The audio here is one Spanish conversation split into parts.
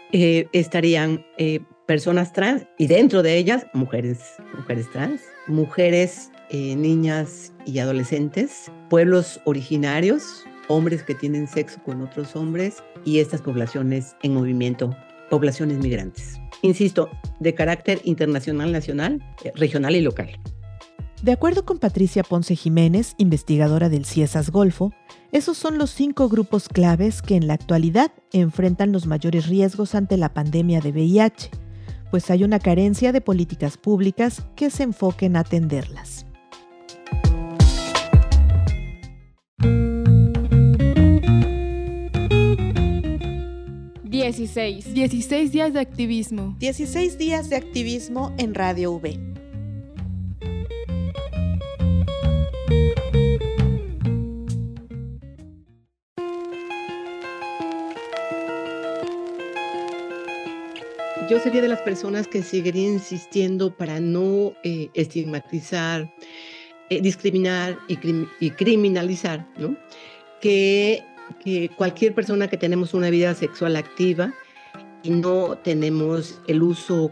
estarían personas trans y dentro de ellas mujeres trans, mujeres, niñas y adolescentes, pueblos originarios, hombres que tienen sexo con otros hombres y estas poblaciones en movimiento, poblaciones migrantes. Insisto, de carácter internacional, nacional, regional y local. De acuerdo con Patricia Ponce Jiménez, investigadora del CIESAS Golfo, esos son los 5 grupos claves que en la actualidad enfrentan los mayores riesgos ante la pandemia de VIH, pues hay una carencia de políticas públicas que se enfoquen a atenderlas. Dieciséis días de activismo. 16 días de activismo en Radio V. Yo sería de las personas que seguiría insistiendo para no estigmatizar, discriminar y criminalizar, ¿no? Que cualquier persona que tenemos una vida sexual activa y no tenemos el uso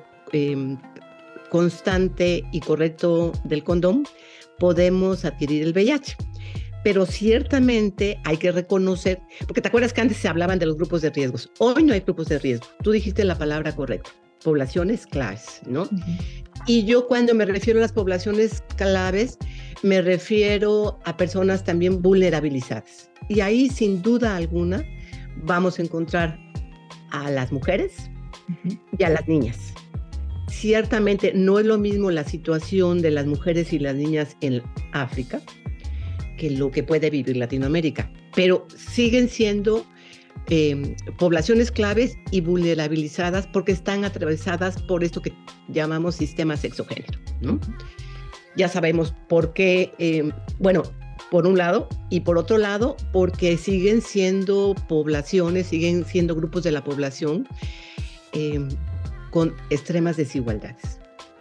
constante y correcto del condón, podemos adquirir el VIH. Pero ciertamente hay que reconocer, porque te acuerdas que antes se hablaban de los grupos de riesgos. Hoy no hay grupos de riesgo. Tú dijiste la palabra correcta, poblaciones claves, ¿no? Uh-huh. Y yo cuando me refiero a las poblaciones claves, me refiero a personas también vulnerabilizadas. Y ahí, sin duda alguna, vamos a encontrar a las mujeres uh-huh. y a las niñas. Ciertamente no es lo mismo la situación de las mujeres y las niñas en África que lo que puede vivir Latinoamérica, pero siguen siendo poblaciones claves y vulnerabilizadas porque están atravesadas por esto que llamamos sistema sexogénero, ¿no? Ya sabemos por qué, por un lado, y por otro lado, porque siguen siendo poblaciones, siguen siendo grupos de la población con extremas desigualdades.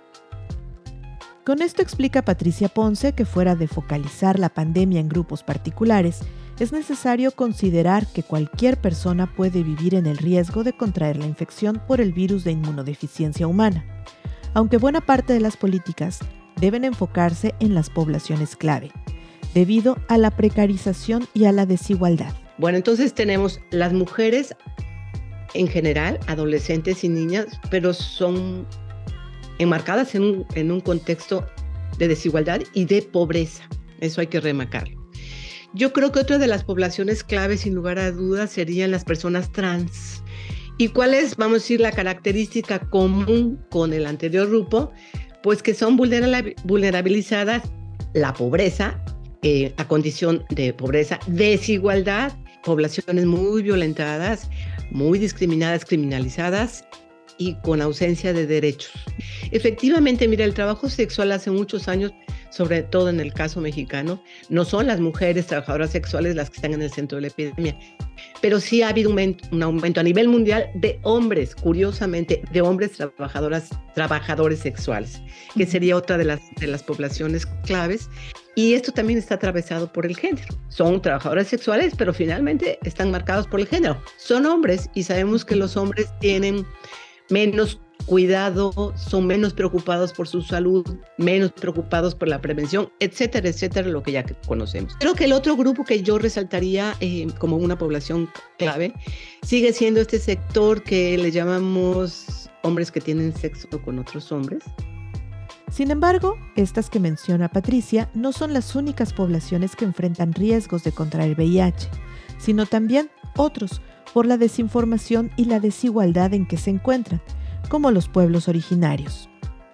Con esto explica Patricia Ponce que fuera de focalizar la pandemia en grupos particulares, es necesario considerar que cualquier persona puede vivir en el riesgo de contraer la infección por el virus de inmunodeficiencia humana, aunque buena parte de las políticas deben enfocarse en las poblaciones clave, debido a la precarización y a la desigualdad. Bueno, entonces tenemos las mujeres en general, adolescentes y niñas, pero son enmarcadas en un contexto de desigualdad y de pobreza. Eso hay que remarcarlo. Yo creo que otra de las poblaciones claves, sin lugar a dudas, serían las personas trans. ¿Y cuál es, vamos a decir, la característica común con el anterior grupo? Pues que son vulnerabilizadas, la pobreza, a condición de pobreza, desigualdad, poblaciones muy violentadas, muy discriminadas, criminalizadas y con ausencia de derechos. Efectivamente, mira, el trabajo sexual hace muchos años, sobre todo en el caso mexicano, no son las mujeres trabajadoras sexuales las que están en el centro de la epidemia, pero sí ha habido un aumento a nivel mundial de hombres, curiosamente, de hombres trabajadores sexuales, que sería otra de las poblaciones claves. Y esto también está atravesado por el género. Son trabajadores sexuales, pero finalmente están marcados por el género. Son hombres y sabemos que los hombres tienen menos cuidado, son menos preocupados por su salud, menos preocupados por la prevención, etcétera, etcétera, lo que ya conocemos. Creo que el otro grupo que yo resaltaría como una población clave sigue siendo este sector que le llamamos hombres que tienen sexo con otros hombres. Sin embargo, estas que menciona Patricia no son las únicas poblaciones que enfrentan riesgos de contraer VIH, sino también otros por la desinformación y la desigualdad en que se encuentran, como los pueblos originarios.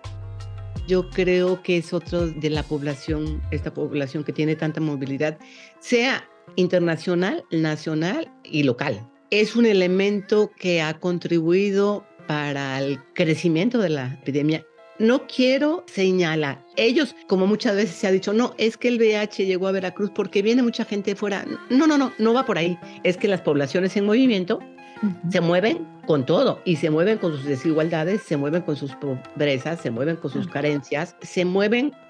Yo creo que es otro de la población, esta población que tiene tanta movilidad, sea internacional, nacional y local. Es un elemento que ha contribuido para el crecimiento de la epidemia. No quiero señalar, ellos, como muchas veces se ha dicho, no, es que el VIH llegó a Veracruz porque viene mucha gente de fuera. No va por ahí. Es que las poblaciones en movimiento se mueven con todo y se mueven con sus desigualdades, se mueven con sus pobrezas, se mueven con sus carencias, se mueven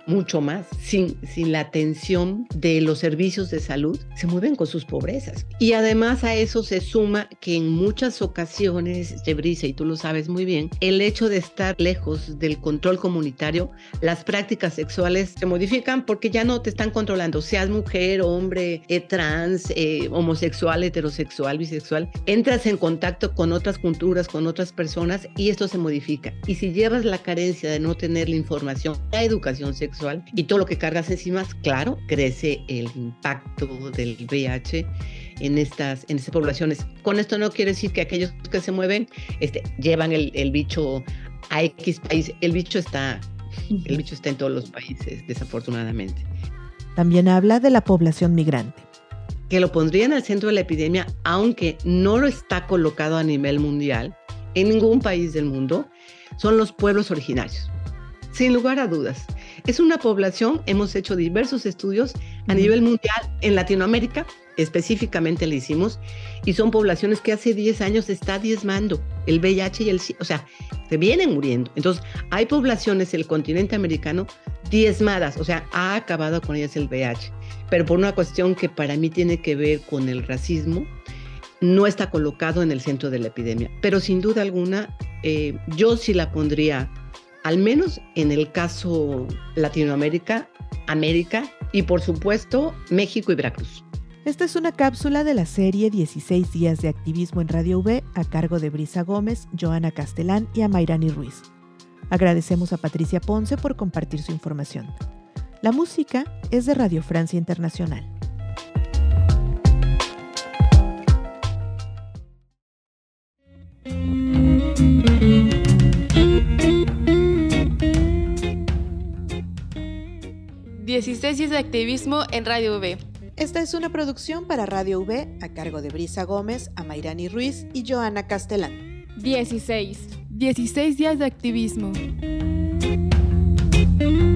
mucho más, sin la atención de los servicios de salud, se mueven con sus pobrezas. Y además a eso se suma que en muchas ocasiones, Brisa, y tú lo sabes muy bien, el hecho de estar lejos del control comunitario, las prácticas sexuales se modifican porque ya no te están controlando, seas mujer, hombre, trans, homosexual, heterosexual, bisexual, entras en contacto con otras culturas, con otras personas y esto se modifica. Y si llevas la carencia de no tener la información, la educación sexual y todo lo que cargas encima, claro, crece el impacto del VIH en estas poblaciones. Con esto no quiere decir que aquellos que se mueven llevan el bicho a X país. El bicho está en todos los países, desafortunadamente. También habla de la población migrante, que lo pondría en el centro de la epidemia, aunque no lo está colocado a nivel mundial, en ningún país del mundo, son los pueblos originarios. Sin lugar a dudas. Es una población, hemos hecho diversos estudios a nivel mundial, en Latinoamérica específicamente le hicimos, y son poblaciones que hace 10 años está diezmando el VIH y el SIDA, o sea, se vienen muriendo. Entonces, hay poblaciones en el continente americano diezmadas, o sea, ha acabado con ellas el VIH, pero por una cuestión que para mí tiene que ver con el racismo, no está colocado en el centro de la epidemia. Pero sin duda alguna, yo sí la pondría, al menos en el caso Latinoamérica, América y por supuesto México y Veracruz. Esta es una cápsula de la serie 16 días de activismo en Radio V a cargo de Brisa Gómez, Joana Castelán y Amairani Ruiz. Agradecemos a Patricia Ponce por compartir su información. La música es de Radio Francia Internacional. Dieciséis días de activismo en Radio V. Esta es una producción para Radio V a cargo de Brisa Gómez, Amairani Ruiz y Joana Castelán. 16 días de activismo.